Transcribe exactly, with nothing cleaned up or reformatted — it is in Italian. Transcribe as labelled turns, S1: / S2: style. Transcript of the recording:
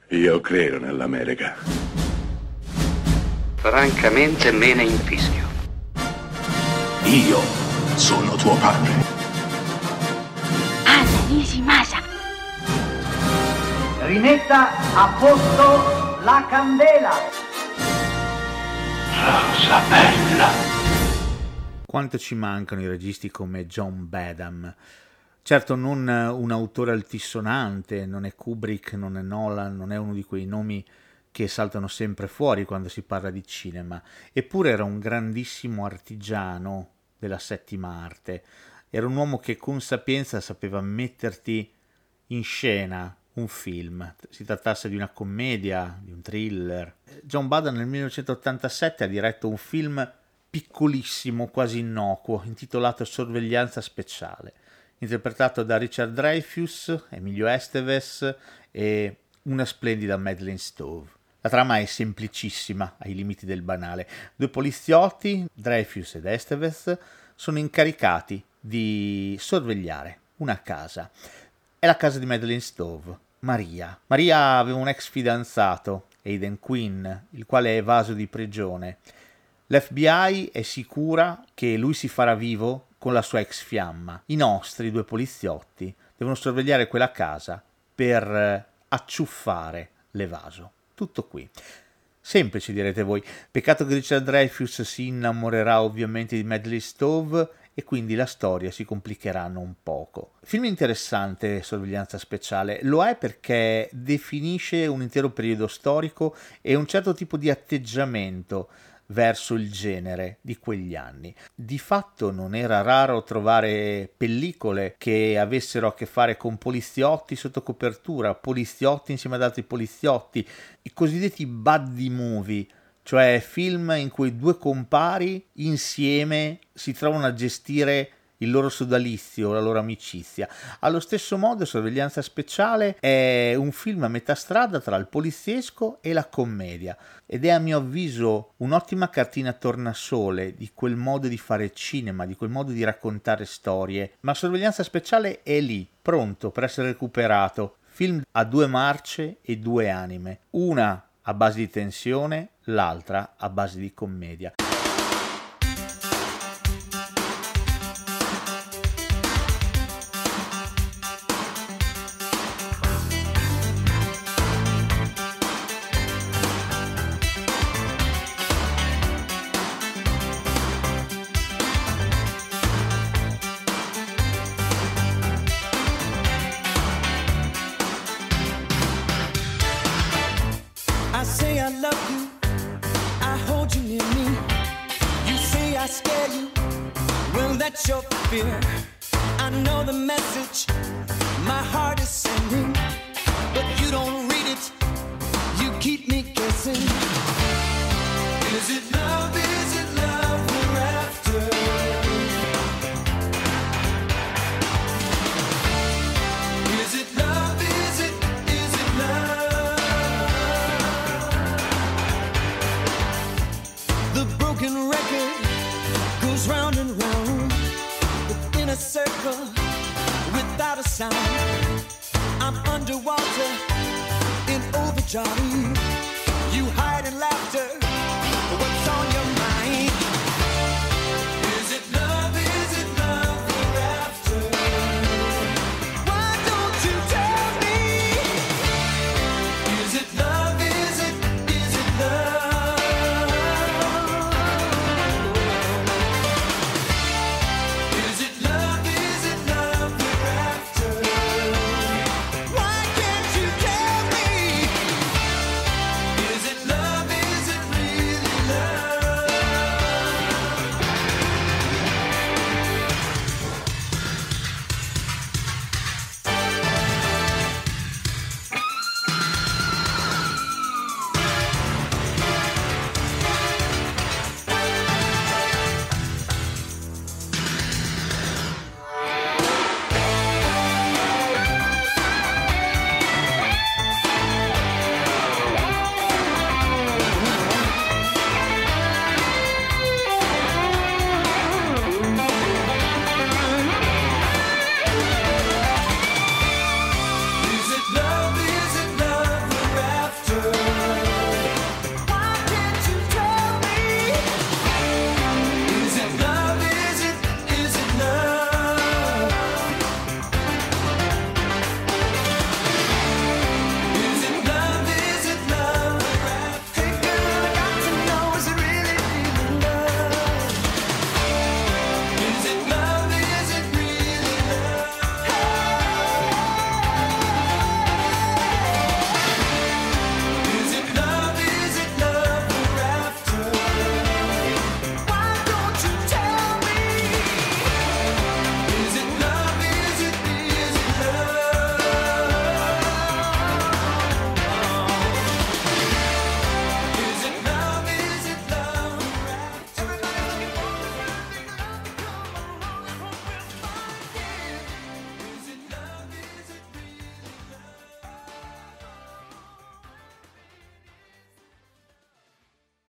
S1: Io credo nell'America.
S2: Francamente me ne infischio.
S3: Io sono tuo padre.
S4: Anna Nishimasa.
S5: Rimetta a posto la candela.
S3: Rosa bella.
S6: Quanto ci mancano i registi come John Badham. Certo, non un autore altisonante, non è Kubrick, non è Nolan, non è uno di quei nomi che saltano sempre fuori quando si parla di cinema, eppure era un grandissimo artigiano della settima arte, era un uomo che con sapienza sapeva metterti in scena un film, si trattasse di una commedia, di un thriller. John Badham nel millenovecentottantasette ha diretto un film piccolissimo, quasi innocuo, intitolato Sorveglianza speciale, interpretato da Richard Dreyfuss, Emilio Estevez e una splendida Madeleine Stowe. La trama è semplicissima, ai limiti del banale. Due poliziotti, Dreyfuss ed Estevez, sono incaricati di sorvegliare una casa. È la casa di Madeleine Stowe, Maria. Maria aveva un ex fidanzato, Aidan Quinn, il quale è evaso di prigione. L'F B I è sicura che lui si farà vivo con la sua ex fiamma. I nostri due poliziotti devono sorvegliare quella casa per acciuffare l'evaso. Tutto qui. Semplice, direte voi. Peccato che Richard Dreyfuss si innamorerà ovviamente di Madeleine Stowe e quindi la storia si complicheranno un poco. Film interessante, Sorveglianza speciale. Lo è perché definisce un intero periodo storico e un certo tipo di atteggiamento verso il genere di quegli anni. Di fatto non era raro trovare pellicole che avessero a che fare con poliziotti sotto copertura, poliziotti insieme ad altri poliziotti, i cosiddetti buddy movie, cioè film in cui due compari insieme si trovano a gestire il loro sodalizio, la loro amicizia. Allo stesso modo Sorveglianza speciale è un film a metà strada tra il poliziesco e la commedia ed è a mio avviso un'ottima cartina tornasole di quel modo di fare cinema, di quel modo di raccontare storie, ma Sorveglianza speciale è lì, pronto per essere recuperato. Film a due marce e due anime, una a base di tensione, l'altra a base di commedia.
S7: I say I love you, I hold you near me. You say I scare you, well that's your fear. I know the message my heart is sending, but you don't read it, you keep me guessing. Is it love, is it love we're after? Is it love, is it, is it love? The broken record goes round and round within a circle without a sound. I'm underwater in overjoyed.